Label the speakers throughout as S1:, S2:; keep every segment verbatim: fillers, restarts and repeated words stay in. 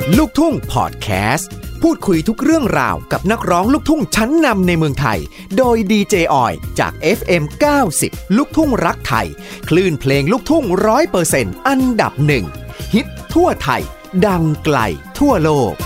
S1: ลูกทุ่งพอดแคสต์พูดคุยทุกเรื่องราวกับนักร้องลูกทุ่งชั้นนำในเมืองไทยโดยดีเจออยจาก เอฟ เอ็ม เก้าสิบ ลูกทุ่งรักไทยคลื่นเพลงลูกทุ่ง หนึ่งร้อยเปอร์เซ็นต์ อันดับหนึ่งฮิตทั่วไทยดังไกลทั่วโลก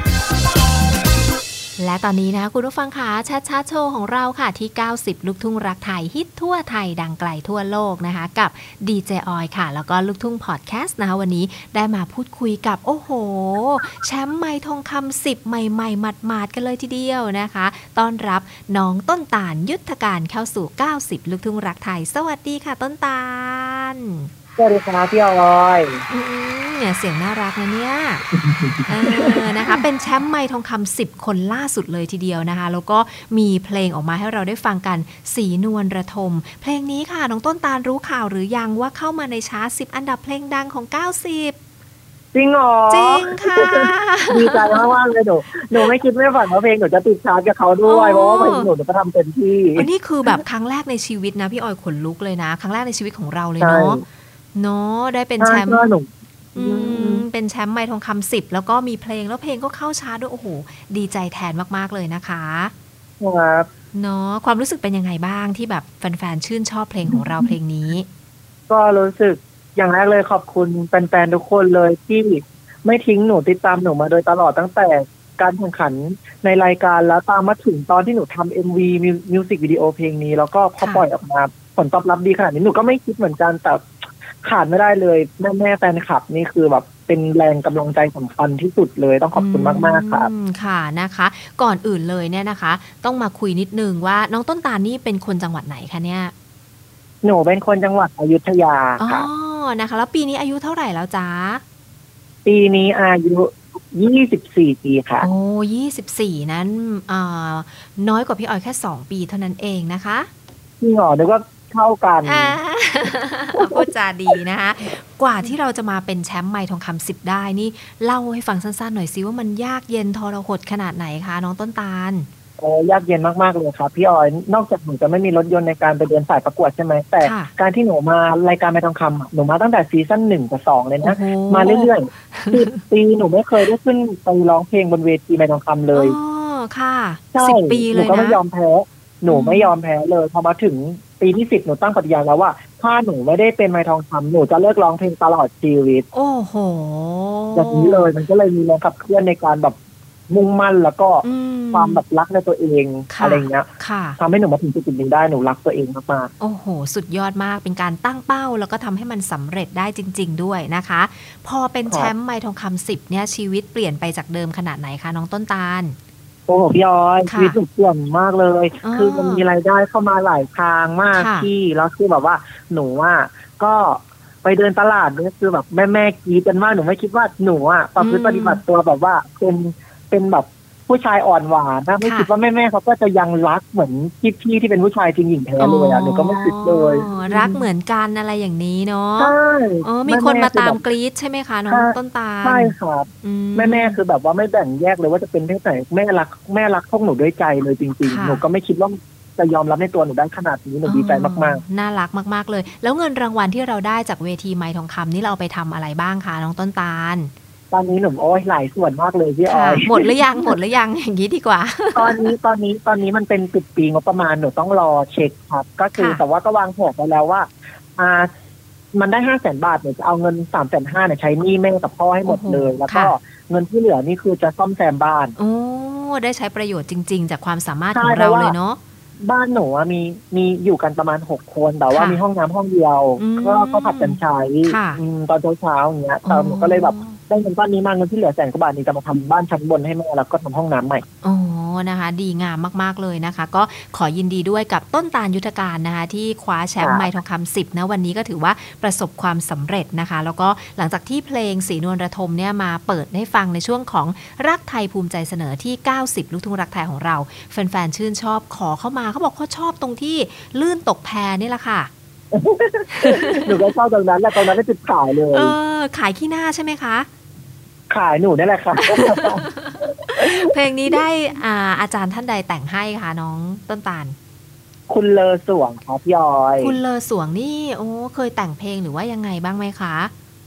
S2: และตอนนี้นะคะคุณผู้ฟังคะแชทชาร์ตโชว์ของเราค่ะที่เก้าสิบลูกทุ่งรักไทยฮิตทั่วไทยดังไกลทั่วโลกนะคะกับดีเจออยค่ะแล้วก็ลูกทุ่งพอดแคสต์นะคะวันนี้ได้มาพูดคุยกับโอ้โหแชมป์ไมค์ทองคำสิบใหม่ๆหมาดๆกันเลยทีเดียวนะคะต้อนรับน้องต้นตาลยุทธการเข้าสู่เก้าสิบลูกทุ่งรักไทยสวัสดีค่ะต้นตาล
S3: สวัสดีค่ะพี่ออย
S2: อืมเนี่ยเสียงน่ารักนะเนี่ยเออนะคะเป็นแชมป์ไมค์ทองคำสิบคนล่าสุดเลยทีเดียวนะคะแล้วก็มีเพลงออกมาให้เราได้ฟังกันสีนวลระทมเพลงนี้ค่ะน้องต้นตาลรู้ข่าวหรือยังว่าเข้ามาในชาร์ตสิบอันดับเพลงดังของเก้าสิบ
S3: จริงเหรอ
S2: จริงค่ะ
S3: ดีใจมากๆเลยหนูหนูไม่คิดไม่ฝันว่าเพลงหนูจะติดชาร์ตกับเขาด้วยเพราะว่าเพลงหนูก็ทำเต็มที่
S2: อันนี้คือแบบครั้งแรกในชีวิตนะพี่ออยขนลุกเลยนะครั้งแรกในชีวิตของเราเลยเนาะเนาะได้เป็นแชมป์อืมเป็นแชมป์ไมค์ทองคำสิบแล้วก็มีเพลงแล้วเพลงก็เข้าชาร์ตด้วยโอ้โหดีใจแทนมากๆเลยนะคะ
S3: ครับ
S2: เนาะความรู้สึกเป็นยังไงบ้างที่แบบแฟนๆชื่นชอบเพลงของเราเพลงนี้
S3: ก็รู้สึกอย่างแรกเลยขอบคุณแฟนๆทุกคนเลยที่ไม่ทิ้งหนูติดตามหนูมาโดยตลอดตั้งแต่การแข่งขันในรายการแล้วตามมาถึงตอนที่หนูทำ เอ็ม วี มิวสิกวิดีโอเพลงนี้แล้วก็พอปล่อยออกมาผลตอบรับดีขนาดนี้หนูก็ไม่คิดเหมือนกันแต่ขาดไม่ได้เลยแม่แม่แฟนคลับนี่คือแบบเป็นแรงกำลังใจสำคัญที่สุดเลยต้องขอบคุณมากๆครับ
S2: ค่ะนะคะก่อนอื่นเลยเนี่ยนะคะต้องมาคุยนิดนึงว่าน้องต้นตาลนี่เป็นคนจังหวัดไหนคะเนี่ย
S3: หนูเป็นคนจังหวัดอยุธยาค่ะ
S2: อ๋อนะคะแล้วปีนี้อายุเท่าไหร่แล้วจ๊ะ
S3: ปีนี้อายุยี่สิบสี่ปีค่ะ
S2: โอ้ยี่สิบสี่นั้นอ่าน้อยกว่าพี่ออยแค่สองปีเท่านั้นเองนะคะ
S3: จริงเหรอนึกว่าเท่ากัน
S2: พูดจาดีนะคะกว่าที่เราจะมาเป็นแชมป์ไมค์ทองคำสิบได้นี่เล่าให้ฟังสั้นๆหน่อยซิว่ามันยากเย็นทรหดขนาดไหนคะน้องต้นตาล
S3: โอ้ยากเย็นมากๆเลยครับพี่ออยนอกจากหนูจะไม่มีรถยนต์ในการไปเดินสายประกวดใช่ไหมแต่การที่หนูมารายการไมค์ทองคำหนูมาตั้งแต่ซีซั่นหนึ่งกับสองเลยนะมาเรื่อยๆคือปีหนูไม่เคยได้ขึ้นไปร้องเพลงบนเวทีไมค์ทองคำเลย
S2: อ๋อค่ะ
S3: สิบปีเลยนะหนูก็ไม่ยอมแพ้หนูไม่ยอมแพ้เลยพอมาถึงปีที่สิบหนูตั้งปฏิญาณแล้วว่าถ้าหนูไม่ได้เป็นไมค์ทองคำหนูจะเลิกร้องเพลงตลอดชีวิต
S2: โอ้โห
S3: แบบนี้เลยมันก็เลยมีแรงขับเคลื่อนในการแบบมุ่งมั่นแล้วก็ความแบบรักในตัวเองอะไรเงี้ยทำให้หนูมาถึงจุดนี้ได้หนูรักตัวเองมาก
S2: ๆโอ้โหสุดยอดมากเป็นการตั้งเป้าแล้วก็ทำให้มันสำเร็จได้จริงๆด้วยนะคะพอเป็นแชมป์ไมค์ทองคำสิบเนี่ยชีวิตเปลี่ยนไปจากเดิมขนาดไหนคะน้องต้นตาล
S3: โอ้พี่ออยชีวิตหนูเปลี่ยนมากเลยคือมันมีรายได้เข้ามาหลายทางมากที่แล้วคือแบบว่าหนูอ่ะก็ไปเดินตลาดเนี่ยคือแบบแม่แม่กรี๊ดกันมากหนูไม่คิดว่าหนูอ่ะประพฤติปฏิบัติตัวแบบว่าเป็นเป็นแบบผู้ชายอ่อนหวานนะไม่คิดว่าแม่แม่เขาก็จะยังรักเหมือนพี่พี่ที่เป็นผู้ชายจริงหญิงแท้เลยอ่ะหนูก็ไม่คิดเลย
S2: รักเหมือนกันอะไรอย่างนี้เนาะใช่มีคนมาตามกรี๊ดใช่ไหมคะน้องต้นตาล
S3: ใช่ครับแม่แม่คือแบบว่าไม่แบ่งแยกเลยว่าจะเป็นเพศไหนแม่รักแม่รักพวกหนูด้วยใจเลยจริงๆหนูก็ไม่คิดว่าจะยอมรับในตัวหนูได้ขนาดนี้หนูดีใจมาก
S2: ๆน่ารักมากๆเลยแล้วเงินรางวัลที่เราได้จากเวทีไมค์ทองคำนี่เราไปทำอะไรบ้างคะน้องต้นตาล
S3: ตอนนี้หนูโอ้ยหลายส่วนมากเลยพี่ออย
S2: หมดหรือยังหมดหรือยังอย่างนี้ดีกว่า
S3: ตอนนี้ตอนนี้ตอนนี้มันเป็นปิดปีงบประมาณหนูต้องรอเช็คครับก็คือแต่ว่าก็วางแผนไปแล้วว่าอ่ามันได้ห้าแสนบาทเนี่ยจะเอาเงินสามแสนห้าเนี่ยใช้หนี้แม่กับพ่อให้หมดเลยแล้วก็เงินที่เหลือนี่คือจะซ่อมแซมบ้าน
S2: โอ้ได้ใช้ประโยชน์จริงๆจากความสามารถของเราเลยเนาะ
S3: บ้านหนูมีมีอยู่กันประมาณหกคนแต่ว่ามีห้องน้ำห้องเดียวก็ก็ผัดกันใช้ตอนเช้าๆอย่างเงี้ยแต่หนูก็เลยแบบได้เงินก้อนนี้มาเงินที่เหลือแสนกว่าบาทนี้จะมาทำบ้านชั้นบนให้แม่แล้วก็ทำห้องน้ำใหม่
S2: อ๋อนะคะดีงามมากๆเลยนะคะก็ขอยินดีด้วยกับต้นตาลยุทธการนะคะที่คว้าแชมป์ไมค์ทองคำสิบนะวันนี้ก็ถือว่าประสบความสำเร็จนะคะแล้วก็หลังจากที่เพลงสีนวลระทมเนี่ยมาเปิดให้ฟังในช่วงของรักไทยภูมิใจเสนอที่เก้าสิบลูกทุ่งรักไทยของเราแฟนๆชื่นชอบขอเข้ามาเขาบอกเขาชอบตรงที่ลื่นตกแพนี่แหละค่ะ
S3: หนูก็ชอบตรงนั้นแหละตรงนั้นได้จุดขายเลย
S2: เออขายขี้หน้าใช่ไหมคะ
S3: ขายหนูนี่แหละค่ะ
S2: เพลงนี้ได้อ่าอาจารย์ท่านใดแต่งให้คะน้องต้นตาล
S3: คุณเลอสวงค่ะพี่ออย
S2: คุณเลอสวงนี่โอ้เคยแต่งเพลงหรือว่ายังไงบ้างไหมคะ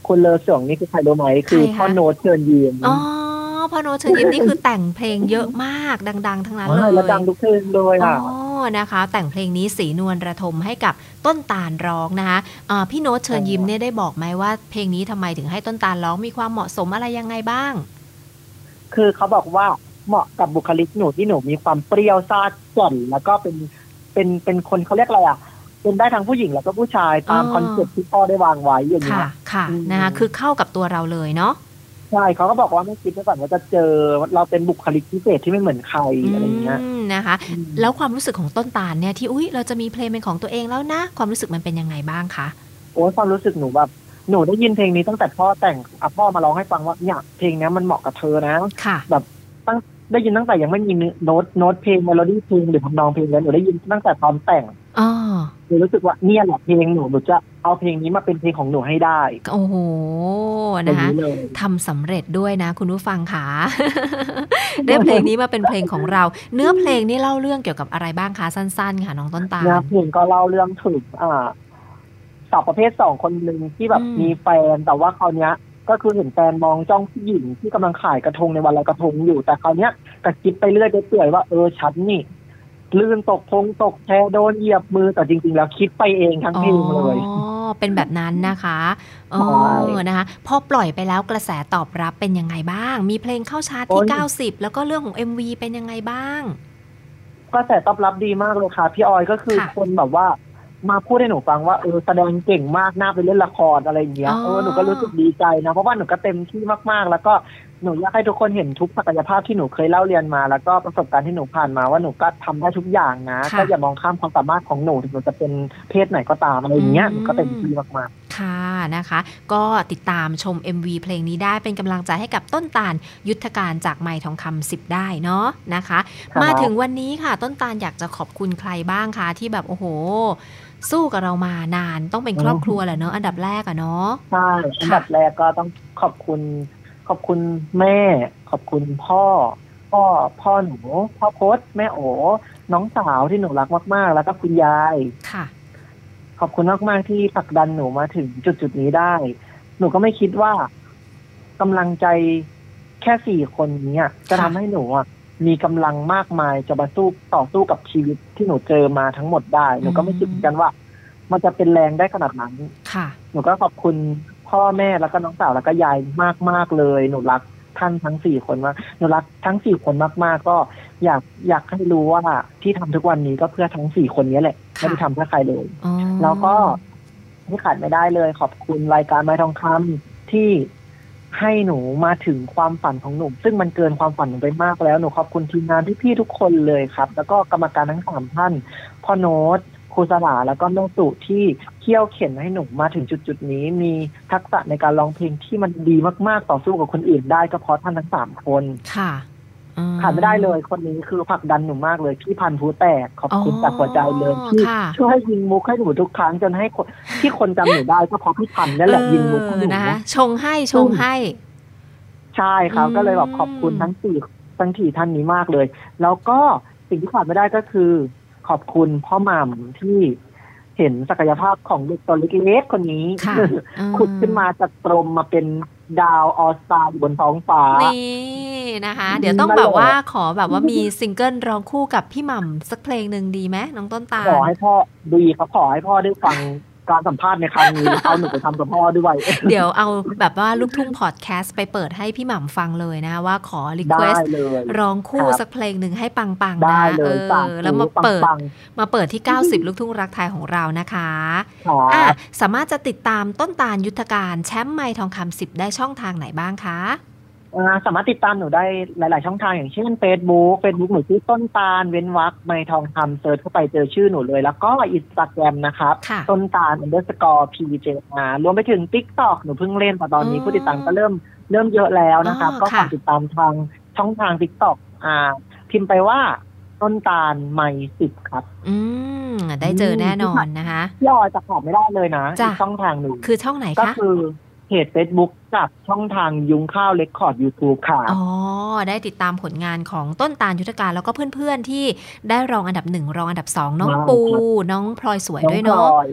S3: คุณเลอเสี่ยงนี่คือใครรู้ไหมคือพ่อโน้ตเชิญยิ้ม
S2: อ๋อพ่อโน้ตเชิญยิ้มนี่คือแต่งเพลงเยอะมากดังๆทั้งนั้นเลย
S3: แล้วดังทุกเพลงเลยค่ะ
S2: อ๋อนะคะแต่งเพลงนี้สีนวลระทมให้กับต้นตาลร้องนะคะพี่โน้ตเชิญยิ้มเนี่ยได้บอกไหมว่าเพลงนี้ทำไมถึงให้ต้นตาลร้องมีความเหมาะสมอะไรยังไงบ้าง
S3: คือเขาบอกว่าเหมาะกับบุคลิกหนูที่หนูมีความเปรี้ยวซ่าจ่อนแล้วก็เป็นเป็นเป็นคนเขาเรียกอะไรอ่ะเป็นได้ทั้งผู้หญิงแล้วก็ผู้ชายตามคอนเซ็ปต์ที่พ่อได้วางไว้อย่างนี้
S2: ค่ะค่ะนะคะคือเข้ากับตัวเราเลยเนาะ
S3: ใช่เขาก็บอกว่าไม่คิดมาก่อนว่าจะเจอเราเป็นบุคลิกพิเศษที่ไม่เหมือนใครอะไรเงี้ย
S2: นะคะแล้วความรู้สึกของต้นตาลเนี่ยที่อุ้ยเราจะมีเพลงเป็นของตัวเองแล้วนะความรู้สึกมันเป็นยังไงบ้างคะ
S3: โอ้ความรู้สึกหนูแบบหนูได้ยินเพลงนี้ตั้งแต่พ่อแต่งอ่ะพ่อมาร้องให้ฟังว่าเนี่ยเพลงนี้มันเหมาะกับเธอนะแบบตั้งได้ยินตั้งแต่ยังไม่มีโน้ตโน้ตเพลงเมโลดี้เพลงหรือทำนองเพลงแล้วหนูได้ยินตั้งแต่ตอนแต่ง
S2: อ๋อ
S3: หนูรู้สึกว่าเนี่ยแหละเพลงหนูหนูจะเอาเพลงนี้มาเป็นเพลงของหนูให้ได้
S2: โอ้โหนะคะทำสำเร็จด้วยนะคุณผู้ฟังค่ะ ได้เพลงนี้มาเป็นเพลงของเราเนื้อเพลงนี่เล่าเรื่องเกี่ยวกับอะไรบ้างคะสั้นๆค่ะน้องต้นตาล
S3: เนื้อเพลงก็เล่าเรื่องถึงอ่าสาวประเภทสองคนหนึ่งที่แบบมีแฟนแต่ว่าคราวเนี้ยก็คือเห็นแฟนมองจ้องผู้หญิงที่กำลังขายกระทงในวันลอยกระทงอยู่แต่คราวเนี้ยกระคิดไปเรื่อยไปเปื่อยว่าเออฉันนี่ลื่นตกพงตกแชโดนเหยียบมือแต่จริงๆแล้วคิดไปเองทั้งเพลงเลย
S2: อ๋อเป็นแบบนั้นนะคะอ๋อนะคะพอปล่อยไปแล้วกระแสตอบรับเป็นยังไงบ้างมีเพลงเข้าชาร์ตที่เก้าสิบแล้วก็เรื่องของ เอ็ม วี เป็นยังไงบ้าง
S3: กระแสตอบรับดีมากเลยค่ะพี่ออยก็คือคนแบบว่ามาพูดให้หนูฟังว่าเออแสดงเก่งมากน่าไปเล่นละครอะไรอย่างเงี้ยเออหนูก็รู้สึกดีใจนะเพราะว่าหนูก็เต็มที่มากๆแล้วก็หนูอยากให้ทุกคนเห็นทุกศักยภาพที่หนูเคยเล่าเรียนมาแล้วก็ประสบการณ์ที่หนูผ่านมาว่าหนูก็ทำได้ทุกอย่างนะก็อย่ามองข้ามความสามารถของหนูถึงหนูจะเป็นเพศไหนก็ตามอะไรอย่างเงี้ยหนูก็เต็มที่มาก
S2: ๆค่ะนะคะก็ติดตามชม เอ็ม วี เพลงนี้ได้เป็นกำลังใจให้กับต้นตาลยุทธการจากไมค์ทองคำสิบได้เนาะนะคะมาถึงวันนี้ค่ะต้นตาลอยากจะขอบคุณใครบ้างคะที่แบบโอ้โหสู้กับเรามานานต้องเป็นครอบครัวแหละเนอะอันดับแรกอะเนาะ
S3: ใช่อันดับแรกก็ต้องขอบคุณขอบคุณแม่ขอบคุณพ่อพ่อพ่อหนูพ่อโพสแม่โอน้องสาวที่หนูรักมากๆแล้วก็คุณยาย
S2: ค่ะ
S3: ขอบคุณมากๆที่ผลักดันหนูมาถึงจุดๆนี้ได้หนูก็ไม่คิดว่ากำลังใจแค่สี่คนนี้จะทำให้หนูอ่ะมีกำลังมากมายจะมาสู้ต่อสู้กับชีวิตที่หนูเจอมาทั้งหมดได้หนูก็ไม่คิดเหมือนกันว่ามันจะเป็นแรงได้ขนาดนั้น
S2: ค่ะ
S3: หนูก็ขอบคุณพ่อแม่แล้วก็น้องสาวแล้วก็ยายมากๆเลยหนูรักท่านทั้งสี่คนมากหนูรักทั้งสี่คนมากๆก็อยากอยากให้รู้ว่าที่ทำทุกวันนี้ก็เพื่อทั้งสี่คนนี้แหละไม่ได้ทำเพื่อใครเลยแล้วก็ที่ขาดไม่ได้เลยขอบคุณรายการไม้ทองคำที่ให้หนูมาถึงความฝันของหนูซึ่งมันเกินความฝันหนูไปมากแล้วหนูขอบคุณทีมงานพี่ๆทุกคนเลยครับแล้วก็กรรมการทั้งสามท่านพ่อโน้ตครูสลาแล้วก็แม่สุที่เขี่ยวเข็นให้หนูมาถึงจุดๆนี้มีทักษะในการร้องเพลงที่มันดีมากๆต่อสู้กับคนอื่นได้ก็เพราะท่านทั้งสามคน
S2: ค่ะ
S3: ขาดไม่ได้เลยคนนี้คือผลักดันหนูมากเลยพี่พันธุ์ผู้แตกขอบคุณจากหัวใจเลยที่ช่วยยิงมุกให้หนูทุกครั้งจนให้ที่คนจำหนูได้ก็เพราะพี่พันธุ์นั่นแหละยิงมุกให้หนู
S2: นะชงให้ชงให้
S3: ใช่ครับก็เลยแบบขอบคุณทั้งสี่ทั้งสี่ท่านนี้มากเลยแล้วก็สิ่งที่ขาดไม่ได้ก็คือขอบคุณพ่อหม่ำที่เห็นศักยภาพของเด็กตัวเล็กๆคนนี้ขุดขึ้นมาจากตรมมาเป็นดาวออสตาร์บนท้องฟ้า
S2: นี่นะคะเดี๋ยวต้องแบบว่าขอแบบว่ามีซิงเกิลร้องคู่กับพี่หม่ำสักเพลงหนึ่งดีไหมน้องต้นตาล
S3: ขอให้พ่อดีครับขอให้พ่อได้ฟังการสัมภาษณ์ในครั้งนี้เอาหนูไปทำกับพ่อด้วย
S2: เดี๋ยวเอาแบบว่าลูกทุ่งพอดแคสต์ไปเปิดให้พี่หม่ำฟังเลยนะว่าขอรีเควสต์ร้องคู่สักเพลงหนึ่งให้ปังๆนะเออแล้วมาเปิดมาเปิดที่เก้าสิบลูกทุ่งรักไทยของเรานะคะอ่ะสามารถจะติดตามต้นตาลยุทธการแชมป์ไมค์ทองคำสิบได้ช่องทางไหนบ้างคะ
S3: สามารถติดตามหนูได้หลายๆช่องทางอย่างเช่น Facebook Facebook หนูชื่อต้นตาลเว้นวรรคไมค์ทองคำเซิร์ชเข้าไปเจอชื่อหนูเลยแล้วก็ Instagram นะครับต้นตาล underscore พี เจ อาร์ รวมไปถึง TikTok หนูเพิ่งเล่นแต่ตอนนี้ผู้ติดตามก็เริ่มเริ่มเยอะแล้วนะครับก็ฝากติดตามทางช่องทาง TikTok อ่าพิมพ์ไปว่าต้นตาลไมค์สิบครับ
S2: อืมได้เจอแน่นอนนะคะ
S3: ย่อจะขาดไม่ได้เลยนะอีกช่องทางหนึ่ง
S2: คือช่องไหนคะ
S3: ก็คือเพจ Facebook กับช่องทางยุ้งข้าวเรคคอร์ด YouTube ค่ะ
S2: อ๋อได้ติดตามผลงานของต้นตาลยุทธการแล้วก็เพื่อนๆที่ได้รองอันดับหนึ่งรองอันดับสองน้องปูน้องพลอยสวยด้วยเนาะ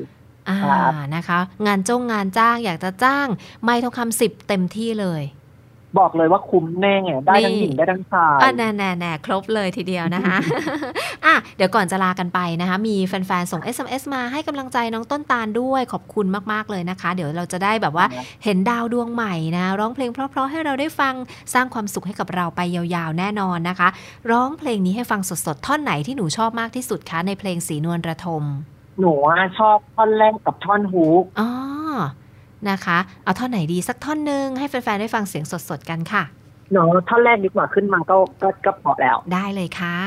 S2: อ่านะคะงานจ้งงานจ้างอยากจะจ้างไมค์ทองคำสิบเต็มที่เลย
S3: บอกเลยว่าคุ้มแน่ได้ทั้งหญิงได้ทั้งชาย
S2: อ่ะแน่แน่แน่ครบเลยทีเดียวนะคะ อ่ะเดี๋ยวก่อนจะลากันไปนะคะมีแฟนๆส่ง เอส เอ็ม เอส มาให้กำลังใจน้องต้นตาลด้วยขอบคุณมากๆเลยนะคะเดี๋ยวเราจะได้แบบว่าเห็นดาวดวงใหม่นะร้องเพลงเพราะๆให้เราได้ฟังสร้างความสุขให้กับเราไปยาวๆแน่นอนนะคะร้องเพลงนี้ให้ฟังสดๆท่อนไหนที่หนูชอบมากที่สุดคะในเพลงสีนวลระทม
S3: หนูชอบท่อนแรกกับท่อนฮุก
S2: อ๋อนะคะเอาท่อนไหนดีสักท่อนนึงให้แฟนๆได้ฟังเสียงสดๆกันค่ะ
S3: เนาะท่อนแรกดีกว่าขึ้นมาก็ก็ก็พอแล้ว
S2: ได้เลยค่ะ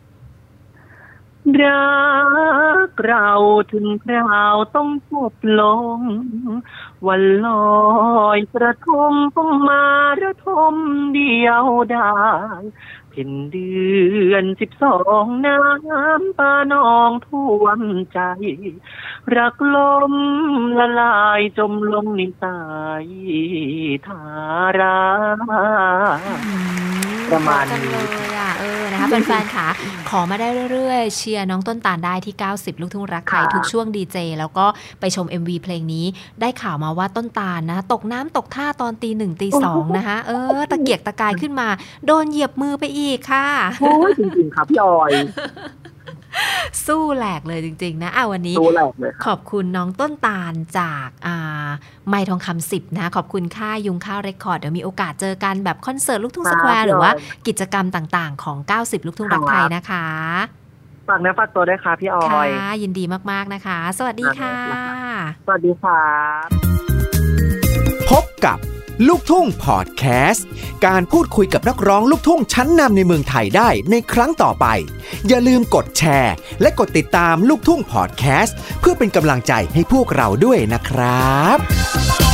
S3: รักเราถึงคราวต้องจบลงวันลอยกระทงต้องมาระทมเดียวดายเพ็ญเดือนสิบสองน้ำตานองท่วมใจรักลมละลายจมลงในสายทาราประมาณนี้
S2: เลยอ่ะเออนะคะแฟนๆค่ะขอมาได้เรื่อยๆเชียร์น้องต้นตาลได้ที่เก้าสิบลูกทุ่งรักไทยทุกช่วงดีเจแล้วก็ไปชม เอ็ม วี เพลงนี้ได้ข่าวมาว่าต้นตาลนะตกน้ำตกท่าตอนตีหนึ่งตีสองนะคะเออตะเกียกตะกายขึ้นมาโดนเหยียบมือไปอีกค่ะ
S3: โอ้ยจริงๆครับพี่ออย
S2: สู้แหลกเลยจริงๆนะอ่ะวันนี้ขอบคุณน้องต้นตาลจากอ่าไมค์ทองคำสิบนะขอบคุณค่ายยุงข้าวเรคคอร์ดเดี๋ยวมีโอกาสเจอกันแบบคอนเสิร์ตลูกทุ่งสแควร์หรือว่ากิจกรรมต่างๆของเก้าสิบลูกทุ่งรักไทยนะคะ
S3: ฝากเนื้อฝากตัวด้วยค่ะพี่ออย
S2: ค่ะยินดีมากๆนะคะสวัสดีค่ะ
S3: สวัสดีค่ะ
S1: พบกับลูกทุ่งพอดแคสต์การพูดคุยกับนักร้องลูกทุ่งชั้นนำในเมืองไทยได้ในครั้งต่อไปอย่าลืมกดแชร์และกดติดตามลูกทุ่งพอดแคสต์เพื่อเป็นกำลังใจให้พวกเราด้วยนะครับ